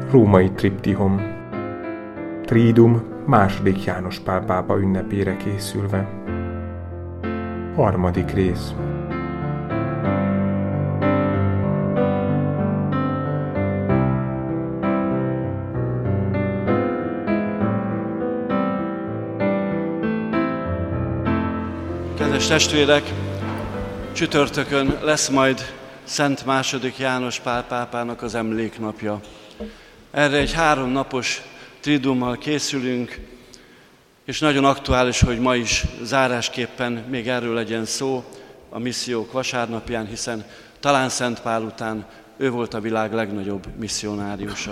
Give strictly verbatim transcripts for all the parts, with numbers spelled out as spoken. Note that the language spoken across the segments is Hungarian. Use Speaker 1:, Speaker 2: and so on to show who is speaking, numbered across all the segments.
Speaker 1: Római triptihon. Triduum második János Pál pápa ünnepére készülve. Harmadik rész.
Speaker 2: Kedves testvérek, csütörtökön lesz majd Szent második János Pál pápának az emléknapja. Erre egy háromnapos triduummal készülünk, és nagyon aktuális, hogy ma is zárásképpen még erről legyen szó a missziók vasárnapján, hiszen talán Szent Pál után ő volt a világ legnagyobb misszionáriusa.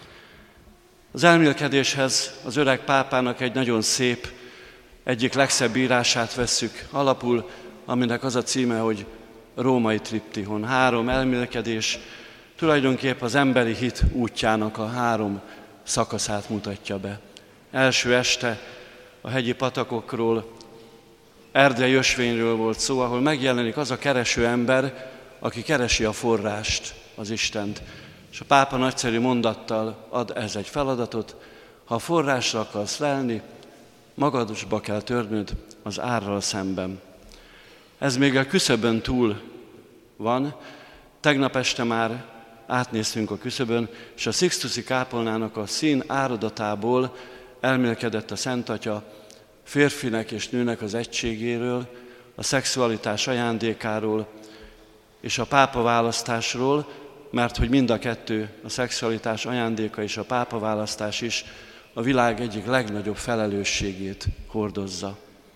Speaker 2: Az elmélkedéshez az öreg pápának egy nagyon szép, egyik legszebb írását vesszük alapul, aminek az a címe, hogy Római triptihon. Három elmélkedés, tulajdonképp az emberi hit útjának a három szakaszát mutatja be. Első este a hegyi patakokról, erdei ösvényről volt szó, ahol megjelenik az a kereső ember, aki keresi a forrást, az Istent. És a pápa nagyszerű mondattal ad ez egy feladatot: ha a forrásra akarsz lelni, magadba kell törnöd az árral szemben. Ez még a küszöbön túl van. Tegnap este már átnéztünk a küszöbön, és a Sixtusi kápolnának a szín áradatából elmélkedett a Szent Atya férfinek és nőnek az egységéről, a szexualitás ajándékáról és a pápa választásról, mert hogy mind a kettő, a szexualitás ajándéka és a pápa választás is a világ egyik legnagyobb felelősségét hordozza.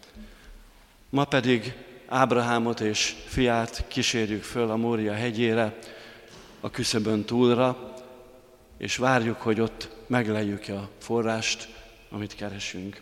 Speaker 2: Ma pedig Ábrahámot és fiát kísérjük föl a Mória hegyére, a küszöbön túlra, és várjuk, hogy ott megleljük a forrást, amit keresünk.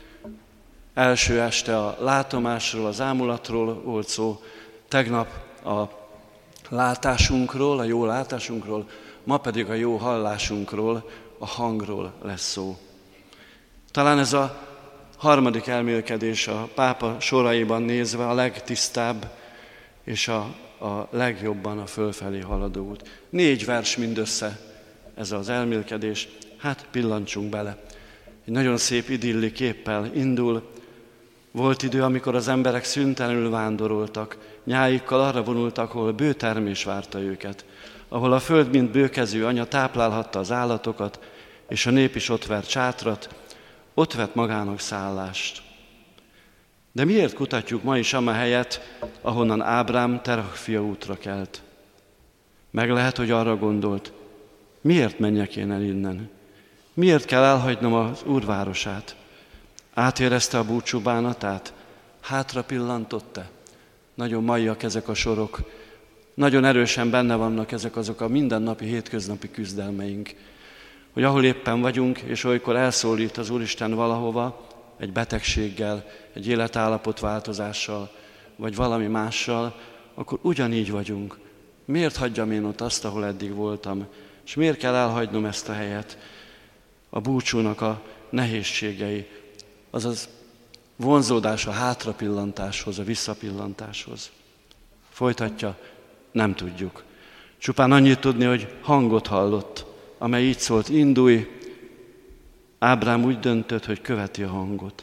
Speaker 2: Első este a látomásról, az ámulatról volt szó, tegnap a látásunkról, a jó látásunkról, ma pedig a jó hallásunkról, a hangról lesz szó. Talán ez a harmadik elmélkedés a pápa soraiban nézve a legtisztább és a, a legjobban a fölfelé haladó út. Négy vers mindössze ez az elmélkedés, hát pillancsunk bele. Egy nagyon szép idilli képpel indul. Volt idő, amikor az emberek szüntelenül vándoroltak, nyáikkal arra vonultak, ahol bő termés várta őket, ahol a föld, mint bőkezű anya táplálhatta az állatokat, és a nép is ott vert sátrat, ott vett magának szállást. De miért kutatjuk ma is ama helyet, ahonnan Ábrám Terach fia útra kelt? Meg lehet, hogy arra gondolt, miért menjek én el innen? Miért kell elhagynom az Úr városát? Átérezte a búcsú bánatát? Hátra pillantott-e? Nagyon maiak ezek a sorok. Nagyon erősen benne vannak ezek azok a mindennapi, hétköznapi küzdelmeink. Hogy ahol éppen vagyunk, és olykor elszólít az Úristen valahova, egy betegséggel, egy életállapotváltozással, vagy valami mással, akkor ugyanígy vagyunk. Miért hagyjam én ott azt, ahol eddig voltam? És miért kell elhagynom ezt a helyet? A búcsúnak a nehézségei, azaz vonzódás a hátrapillantáshoz, a visszapillantáshoz. Folytatja, nem tudjuk. Csupán annyit tudni, hogy hangot hallott, amely így szólt, indulj. Ábrám úgy döntött, hogy követi a hangot.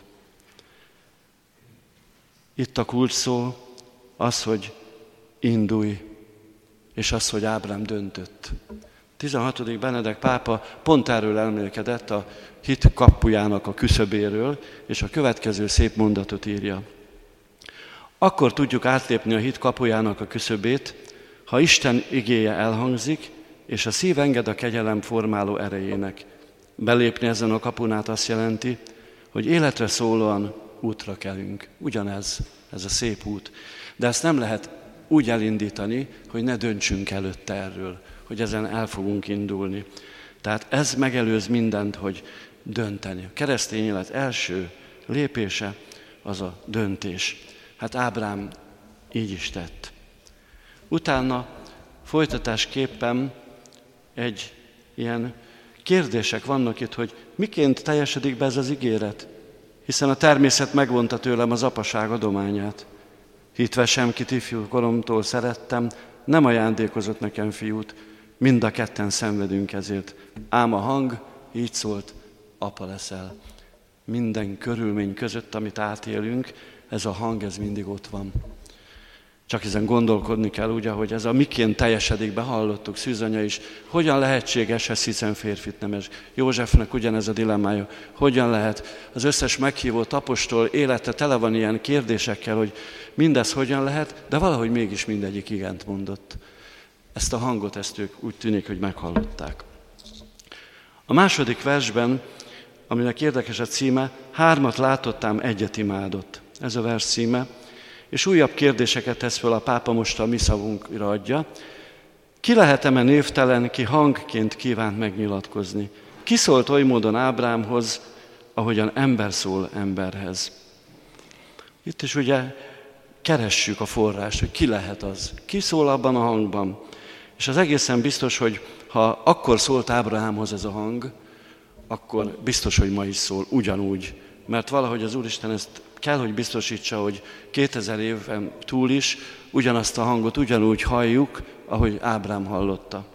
Speaker 2: Itt a kulcs szó az, hogy indulj, és az, hogy Ábrám döntött. tizenhatodik Benedek pápa pont erről elmélkedett, a hit kapujának a küszöbéről, és a következő szép mondatot írja. Akkor tudjuk átlépni a hit kapujának a küszöbét, ha Isten igéje elhangzik, és a szív enged a kegyelem formáló erejének. Belépni ezen a kapun át azt jelenti, hogy életre szólóan útra kelünk. Ugyanez, ez a szép út. De ezt nem lehet úgy elindítani, hogy ne döntsünk előtte erről, hogy ezen el fogunk indulni. Tehát ez megelőz mindent, hogy dönteni. A keresztény élet első lépése az a döntés. Hát Ábrám így is tett. Utána folytatásképpen egy ilyen kérdések vannak itt, hogy miként teljesedik be ez az ígéret, hiszen a természet megvonta tőlem az apaság adományát. Hitve sem kit ifjú koromtól szerettem, nem ajándékozott nekem fiút, mind a ketten szenvedünk ezért. Ám a hang így szólt, apa leszel. Minden körülmény között, amit átélünk, ez a hang, ez mindig ott van. Csak ezen gondolkodni kell, úgy, ahogy ez a miként teljesedik be, hallottuk, Szűzanya is, hogyan lehetséges ez, hiszen férfit nemes. Józsefnek ugyanez a dilemmája, hogyan lehet, az összes meghívott apostol élete tele van ilyen kérdésekkel, hogy mindez hogyan lehet, de valahogy mégis mindegyik igent mondott. Ezt a hangot, ezt ők úgy tűnik, hogy meghallották. A második versben, aminek érdekes a címe, hármat látottam, egyet imádott. Ez a vers címe. És újabb kérdéseket tesz föl a pápa, most a mi szavunkra adja. Ki lehet-e névtelen, ki hangként kívánt megnyilatkozni? Ki szólt oly módon Ábrámhoz, ahogyan ember szól emberhez? Itt is ugye keressük a forrást, hogy ki lehet az. Ki szól abban a hangban? És az egészen biztos, hogy ha akkor szólt Ábrahámhoz ez a hang, akkor biztos, hogy ma is szól ugyanúgy. Mert valahogy az Úristen ezt kell, hogy biztosítsa, hogy kétezer éven túl is ugyanazt a hangot ugyanúgy halljuk, ahogy Ábrám hallotta.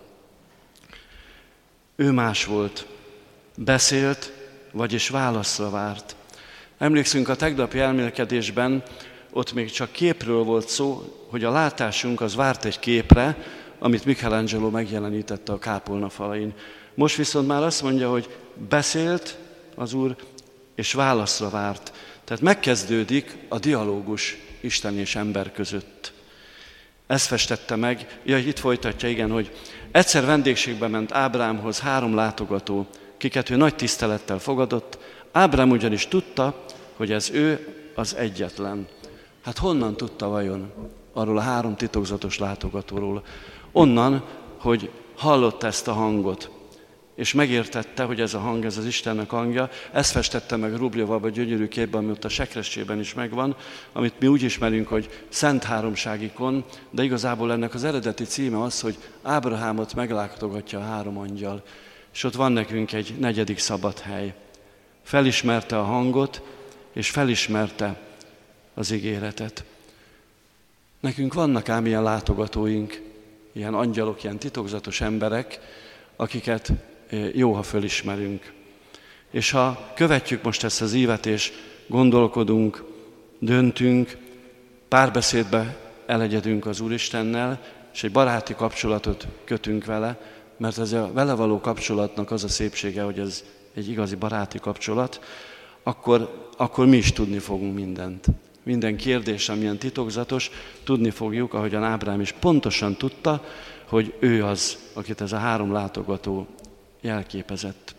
Speaker 2: Ő más volt, beszélt, vagyis válaszra várt. Emlékszünk a tegnapi elmélkedésben, ott még csak képről volt szó, hogy a látásunk az várt egy képre, amit Michelangelo megjelenítette a kápolna falain. Most viszont már azt mondja, hogy beszélt az Úr, és válaszra várt. Tehát megkezdődik a dialógus Isten és ember között. Ez festette meg, ja, itt folytatja, igen, hogy egyszer vendégségbe ment Ábrámhoz három látogató, kiket ő nagy tisztelettel fogadott. Ábrám ugyanis tudta, hogy ez ő az egyetlen. Hát honnan tudta vajon arról a három titokzatos látogatóról? Onnan, hogy hallott ezt a hangot, és megértette, hogy ez a hang, ez az Istennek hangja. Ezt festette meg Rubljovában a gyönyörű képben, ami ott a sekrestjében is megvan, amit mi úgy ismerünk, hogy Szent Háromságikon, de igazából ennek az eredeti címe az, hogy Ábrahámot meglátogatja a három angyal. És ott van nekünk egy negyedik szabad hely. Felismerte a hangot, és felismerte az ígéretet. Nekünk vannak ám ilyen látogatóink, ilyen angyalok, ilyen titokzatos emberek, akiket jó, ha fölismerünk. És ha követjük most ezt az ívet, és gondolkodunk, döntünk, párbeszédbe elegyedünk az Úristennel, és egy baráti kapcsolatot kötünk vele, mert ez a vele való kapcsolatnak az a szépsége, hogy ez egy igazi baráti kapcsolat, akkor, akkor mi is tudni fogunk mindent. Minden kérdés, amilyen titokzatos, tudni fogjuk, ahogyan Ábrám is pontosan tudta, hogy ő az, akit ez a három látogató jelképezett.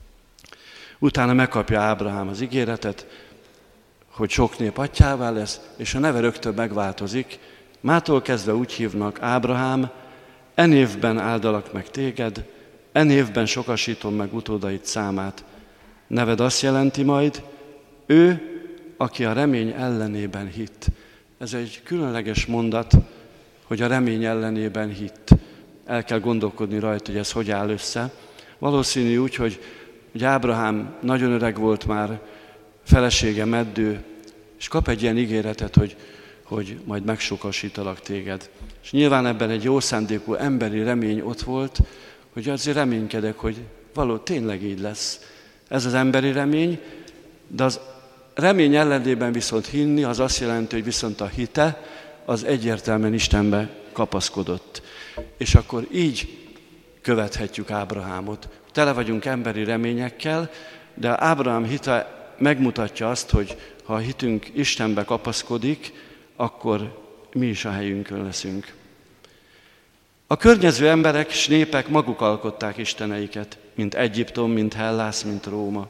Speaker 2: Utána megkapja Ábrahám az ígéretet, hogy sok nép atyává lesz, és a neve rögtön megváltozik. Mától kezdve úgy hívnak: Ábrahám, e névben áldalak meg téged, e névben sokasítom meg utódaid számát. Neved azt jelenti majd, ő, aki a remény ellenében hitt. Ez egy különleges mondat, hogy a remény ellenében hitt. El kell gondolkodni rajta, hogy ez hogy áll össze. Valószínű úgy, hogy, hogy Ábrahám nagyon öreg volt már, felesége meddő, és kap egy ilyen ígéretet, hogy, hogy majd megsokasítalak téged. És nyilván ebben egy jó szándékú emberi remény ott volt, hogy azért reménykedek, hogy való tényleg így lesz. Ez az emberi remény, de az remény ellenében viszont hinni, az azt jelenti, hogy viszont a hite az egyértelműen Istenbe kapaszkodott. És akkor így követhetjük Ábrahámot. Tele vagyunk emberi reményekkel, de Ábrahám hite megmutatja azt, hogy ha a hitünk Istenbe kapaszkodik, akkor mi is a helyünkön leszünk. A környező emberek és népek maguk alkották isteneiket, mint Egyiptom, mint Hellász, mint Róma.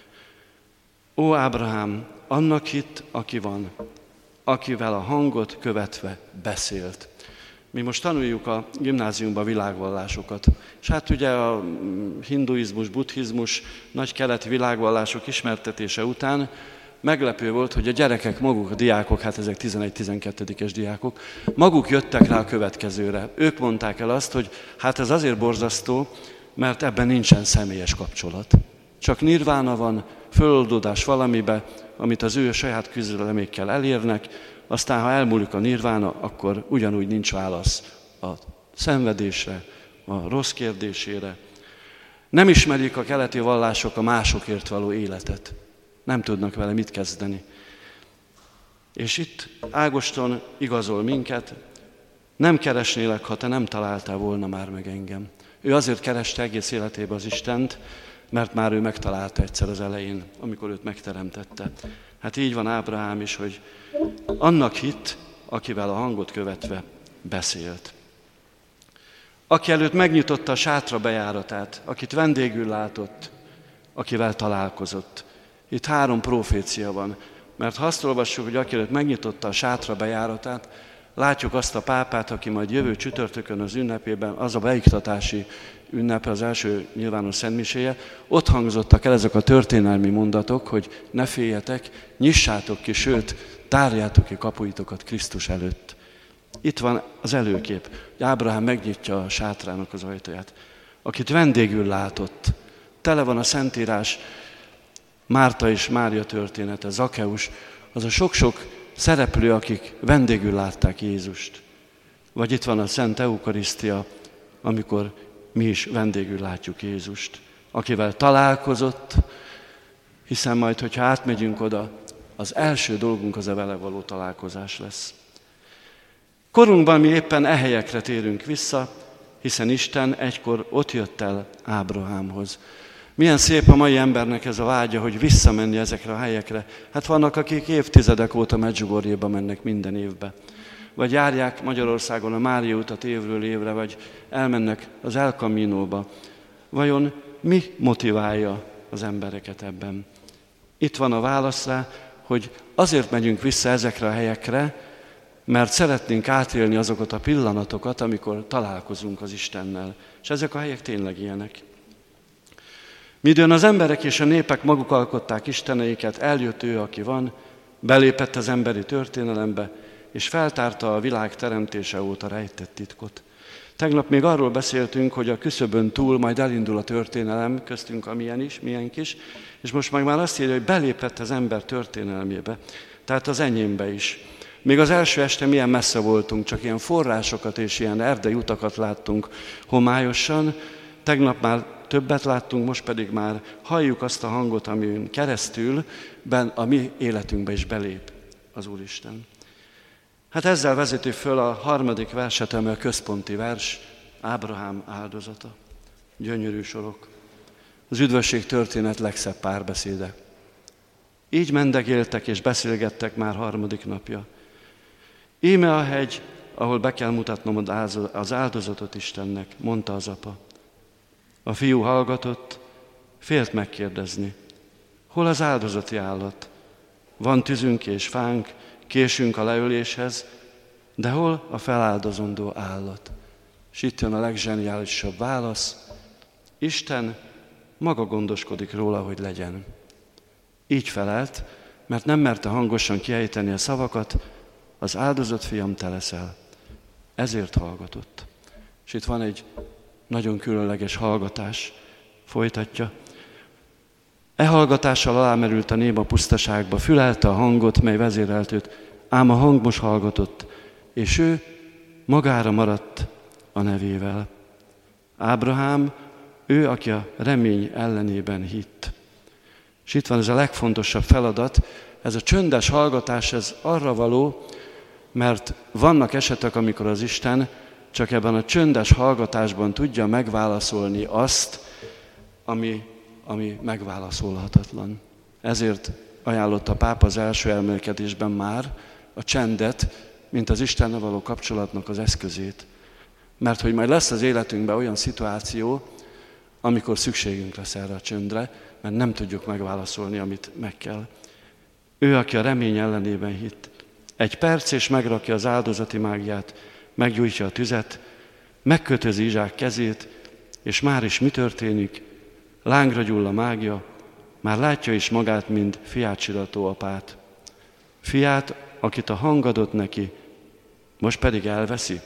Speaker 2: Ó Ábrahám, annak hitt, aki van, akivel a hangot követve beszélt. Mi most tanuljuk a gimnáziumban világvallásokat. És hát ugye a hinduizmus, buddhizmus, nagy keleti világvallások ismertetése után meglepő volt, hogy a gyerekek maguk, a diákok, hát ezek tizenegy-tizenkettedikes diákok, maguk jöttek rá a következőre. Ők mondták el azt, hogy hát ez azért borzasztó, mert ebben nincsen személyes kapcsolat. Csak nirvána van, föloldódás valamibe, amit az ő saját küzdelmékkel elérnek, aztán ha elmúlik a nirvána, akkor ugyanúgy nincs válasz a szenvedésre, a rossz kérdésére. Nem ismerik a keleti vallások a másokért való életet. Nem tudnak vele mit kezdeni. És itt Ágoston igazol minket, nem keresnélek, ha te nem találtál volna már meg engem. Ő azért kereste egész életében az Istent, mert már ő megtalálta egyszer az elején, amikor őt megteremtette. Hát így van Ábrahám is, hogy annak hitt, akivel a hangot követve beszélt. Aki előtt megnyitotta a sátra bejáratát, akit vendégül látott, akivel találkozott. Itt három profécia van, mert ha azt olvassuk, hogy aki előtt megnyitotta a sátra bejáratát, látjuk azt a pápát, aki majd jövő csütörtökön az ünnepében, az a beiktatási ünnepe, az első nyilvános szentmiséje, ott hangzottak el ezek a történelmi mondatok, hogy ne féljetek, nyissátok ki, sőt, tárjátok ki kapuitokat Krisztus előtt. Itt van az előkép, hogy Ábrahám megnyitja a sátrának az ajtaját, akit vendégül látott. Tele van a Szentírás, Márta és Mária története, Zakkeus, az a sok-sok szereplő, akik vendégül látták Jézust. Vagy itt van a Szent Eukarisztia, amikor mi is vendégül látjuk Jézust, akivel találkozott, hiszen majd, hogyha átmegyünk oda, az első dolgunk az a vele való találkozás lesz. Korunkban mi éppen e helyekre térünk vissza, hiszen Isten egykor ott jött el Ábrahámhoz. Milyen szép a mai embernek ez a vágya, hogy visszamenni ezekre a helyekre. Hát vannak, akik évtizedek óta Medjugorjéba mennek minden évbe. Vagy járják Magyarországon a Mária utat évről évre, vagy elmennek az El Caminóba. Vajon mi motiválja az embereket ebben? Itt van a válasz rá, hogy azért megyünk vissza ezekre a helyekre, mert szeretnénk átélni azokat a pillanatokat, amikor találkozunk az Istennel. És ezek a helyek tényleg ilyenek. Midőn az emberek és a népek maguk alkották isteneiket, eljött ő, aki van, belépett az emberi történelembe, és feltárta a világ teremtése óta rejtett titkot. Tegnap még arról beszéltünk, hogy a küszöbön túl majd elindul a történelem, köztünk amilyen is, milyen kis, és most meg már azt írja, hogy belépett az ember történelmébe, tehát az enyémbe is. Még az első este milyen messze voltunk, csak ilyen forrásokat és ilyen erdei utakat láttunk homályosan, tegnap már többet láttunk, most pedig már halljuk azt a hangot, amin keresztül ben, a mi életünkbe is belép az Úristen. Hát ezzel vezeti föl a harmadik verset, ami a központi vers, Ábrahám áldozata. Gyönyörű sorok. Az üdvösség történet legszebb párbeszéde. Így mendegéltek és beszélgettek már harmadik napja. Íme a hegy, ahol be kell mutatnom az áldozatot Istennek, mondta az apa. A fiú hallgatott, félt megkérdezni. Hol az áldozati állat? Van tüzünk és fánk, késünk a leöléshez, de hol a feláldozandó állat? És itt jön a legzseniálisabb válasz. Isten maga gondoskodik róla, hogy legyen. Így felelt, mert nem merte hangosan kiejteni a szavakat, az áldozat fiam, te leszel. Ezért hallgatott. És itt van egy nagyon különleges hallgatás. Folytatja. E hallgatással alámerült a nép a pusztaságba, fülelte a hangot, mely vezérelt őt, ám a hang most hallgatott, és ő magára maradt a nevével. Ábrahám, ő, aki a remény ellenében hitt. És itt van ez a legfontosabb feladat, ez a csöndes hallgatás, ez arra való, mert vannak esetek, amikor az Isten csak ebben a csöndes hallgatásban tudja megválaszolni azt, ami, ami megválaszolhatatlan. Ezért ajánlotta a pápa az első elmélkedésben már a csendet, mint az Istennel való kapcsolatnak az eszközét. Mert hogy majd lesz az életünkben olyan szituáció, amikor szükségünk lesz erre a csöndre, mert nem tudjuk megválaszolni, amit meg kell. Ő, aki a remény ellenében hitt. Egy perc, és megrakja az áldozati mágiát, meggyújtja a tüzet, megkötözi Izsák kezét, és már is mi történik? Lángra gyull a mágia, már látja is magát, mint fiát csirató apát. Fiát, akit a hang adott neki, most pedig elveszi.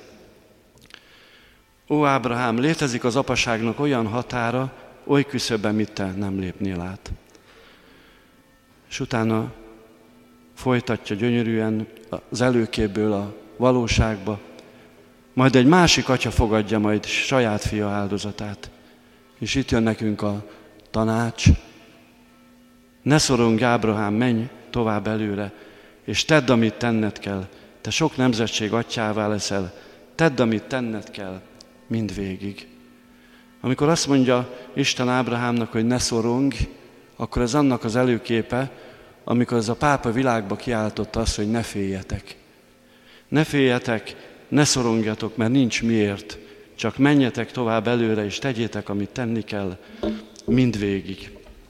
Speaker 2: Ó, Ábrahám, létezik az apaságnak olyan határa, oly küszöbben, mit te nem lépnél át. És utána folytatja gyönyörűen az előképből a valóságba. majd egy másik atya fogadja majd saját fia áldozatát. És itt jön nekünk a tanács. Ne szorongj, Ábrahám, menj tovább előre, és tedd, amit tenned kell. Te sok nemzetség atyjává leszel, tedd, amit tenned kell, mindvégig. Amikor azt mondja Isten Ábrahámnak, hogy ne szorongj, akkor ez annak az előképe, amikor az a pápa világba kiáltotta azt, hogy ne féljetek. Ne féljetek, ne szorongjatok, mert nincs miért, csak menjetek tovább előre, és tegyétek, amit tenni kell, mindvégig.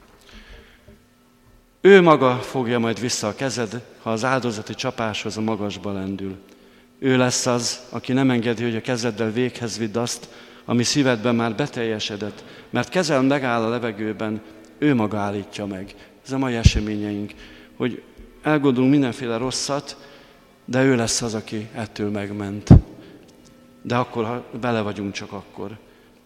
Speaker 2: Ő maga fogja majd vissza a kezed, ha az áldozati csapáshoz a magasba lendül. Ő lesz az, aki nem engedi, hogy a kezeddel véghez vidd azt, ami szívedben már beteljesedett, mert kezel megáll a levegőben, ő maga állítja meg. Ez a mai eseményeink, hogy elgondolunk mindenféle rosszat, de ő lesz az, aki ettől megment. De akkor, ha bele vagyunk, csak akkor.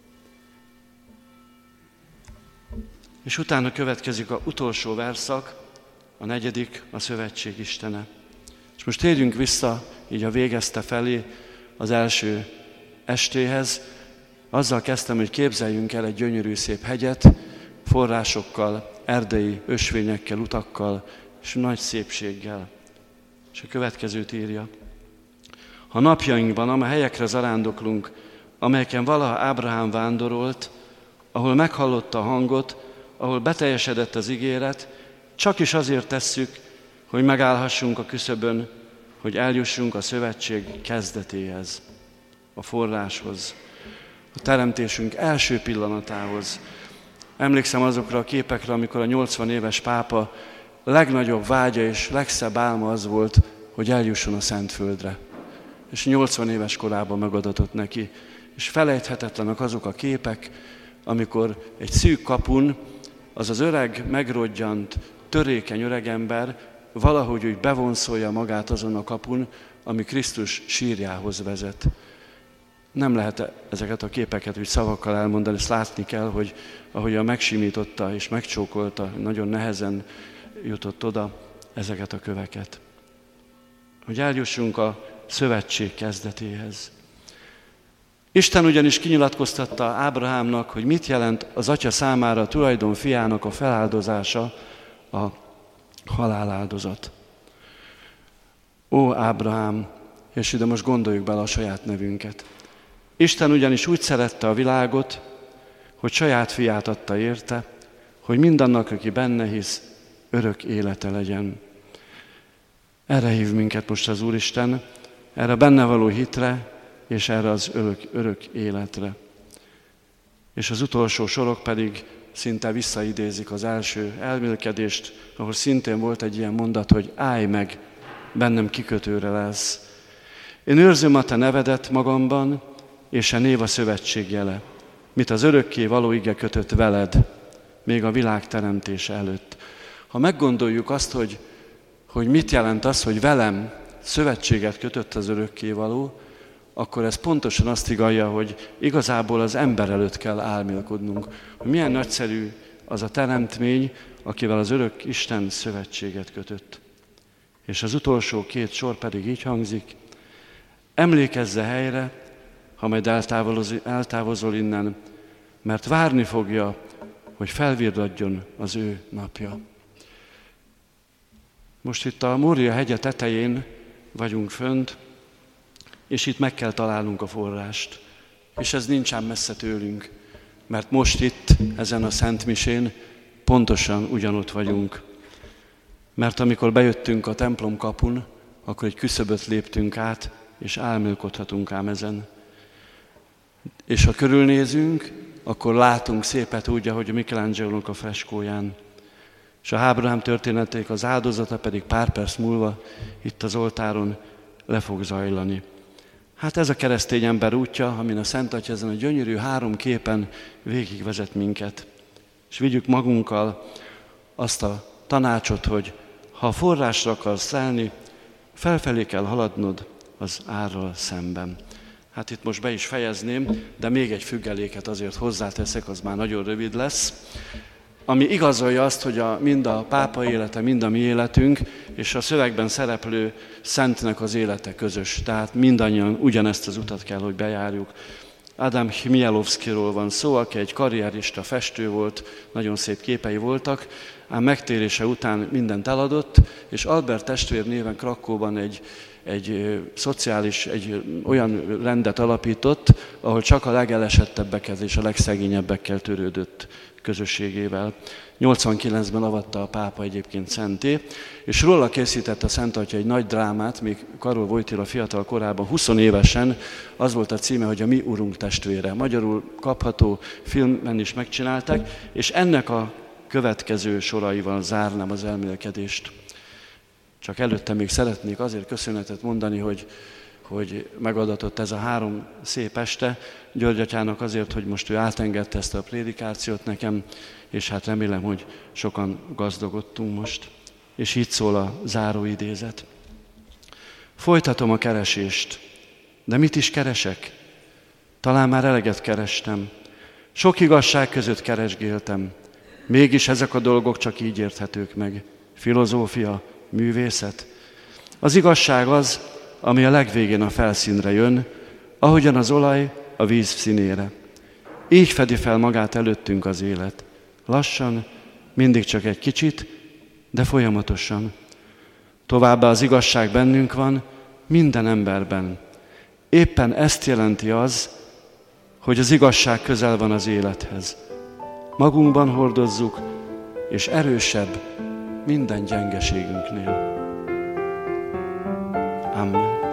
Speaker 2: És utána következik az utolsó verszak, a negyedik, a szövetség Istene. És most térjünk vissza, így a végezte felé, az első estéhez. Azzal kezdtem, hogy képzeljünk el egy gyönyörű szép hegyet, forrásokkal, erdei ösvényekkel, utakkal, és nagy szépséggel. És a következőt írja. Ha napjainkban, amely helyekre zarándoklunk, amelyeken valaha Ábrahám vándorolt, ahol meghallotta a hangot, ahol beteljesedett az ígéret, csak is azért tesszük, hogy megállhassunk a küszöbön, hogy eljussunk a szövetség kezdetéhez, a forráshoz, a teremtésünk első pillanatához. Emlékszem azokra a képekre, amikor a nyolcvan éves pápa legnagyobb vágya és legszebb álma az volt, hogy eljusson a Szentföldre. És nyolcvan éves korában megadatott neki. És felejthetetlenek azok a képek, amikor egy szűk kapun az az öreg, megrodjant, törékeny öregember valahogy úgy bevonszolja magát azon a kapun, ami Krisztus sírjához vezet. Nem lehet ezeket a képeket úgy szavakkal elmondani, ezt látni kell, hogy ahogyan megsimította és megcsókolta, nagyon nehezen jutott oda ezeket a köveket. Hogy eljussunk a szövetség kezdetéhez. Isten ugyanis kinyilatkoztatta Ábrahámnak, hogy mit jelent az atya számára a tulajdon fiának a feláldozása, a haláláldozat. Ó, Ábrahám, és ide most gondoljuk bele a saját nevünket. Isten ugyanis úgy szerette a világot, hogy saját fiát adta érte, hogy mindannak, aki benne hisz, örök élete legyen. Erre hív minket most az Úristen, erre a benne való hitre, és erre az örök, örök életre. És az utolsó sorok pedig szinte visszaidézik az első elmélkedést, ahol szintén volt egy ilyen mondat, hogy állj meg, bennem kikötőre lesz. Én őrzöm a te nevedet magamban, és a név a szövetség jele, mit az örökké való ige kötött veled, még a világ teremtése előtt. Ha meggondoljuk azt, hogy, hogy mit jelent az, hogy velem szövetséget kötött az örökkévaló, akkor ez pontosan azt igazolja, hogy igazából az ember előtt kell álmélkodnunk, hogy milyen nagyszerű az a teremtmény, akivel az örök Isten szövetséget kötött. És az utolsó két sor pedig így hangzik, emlékezze helyre, ha majd eltávozol innen, mert várni fogja, hogy felvirdadjon az ő napja. Most itt a Mória hegye tetején vagyunk fönt, és itt meg kell találnunk a forrást. És ez nincsen messze tőlünk, mert most itt, ezen a Szentmisén pontosan ugyanott vagyunk. Mert amikor bejöttünk a templom kapun, akkor egy küszöböt léptünk át, és álmélkodhatunk ám ezen. És ha körülnézünk, akkor látunk szépet úgy, ahogy a Michelangelo-nak a freskóján. És a Ábrahám történeték az áldozata pedig pár perc múlva itt az oltáron le fog zajlani. Hát ez a keresztény ember útja, amin a Szent Atya ezen a gyönyörű három képen végigvezet minket. És vigyük magunkkal azt a tanácsot, hogy ha a forrásra akarsz szállni, felfelé kell haladnod az árral szemben. Hát itt most be is fejezném, de még egy függeléket azért hozzáteszek, az már nagyon rövid lesz. ami igazolja azt, hogy a, mind a pápa élete, mind a mi életünk, és a szövegben szereplő szentnek az élete közös. Tehát mindannyian ugyanezt az utat kell, hogy bejárjuk. Adam Chmielowskiról van szó, aki egy karrierista festő volt, nagyon szép képei voltak, ám megtérése után mindent eladott, és Albert testvér néven Krakóban egy, egy szociális, egy olyan rendet alapított, ahol csak a legelesettebbekkel és a legszegényebbekkel törődött közösségével. nyolcvankilencben avatta a pápa egyébként szenté, és róla készített a Szent Atya egy nagy drámát, még Karol Wojtyla fiatal korában, húsz évesen, az volt a címe, hogy a Mi Urunk testvére. Magyarul kapható, filmben is megcsinálták, és ennek a következő soraival zárnám az elmélkedést. Csak előtte még szeretnék azért köszönetet mondani, hogy, hogy megadatott ez a három szép este György atyának azért, hogy most ő átengedte ezt a prédikációt nekem, és hát remélem, hogy sokan gazdagodtunk most. És így szól a záró idézet. Folytatom a keresést, de mit is keresek? Talán már eleget kerestem. Sok igazság között keresgéltem. Mégis ezek a dolgok csak így érthetők meg. Filozófia, művészet. Az igazság az, ami a legvégén a felszínre jön, ahogyan az olaj a víz színére. Így fedi fel magát előttünk az élet. Lassan, mindig csak egy kicsit, de folyamatosan. Továbbá az igazság bennünk van, minden emberben. Éppen ezt jelenti az, hogy az igazság közel van az élethez. Magunkban hordozzuk, és erősebb minden gyengeségünknél. Amen.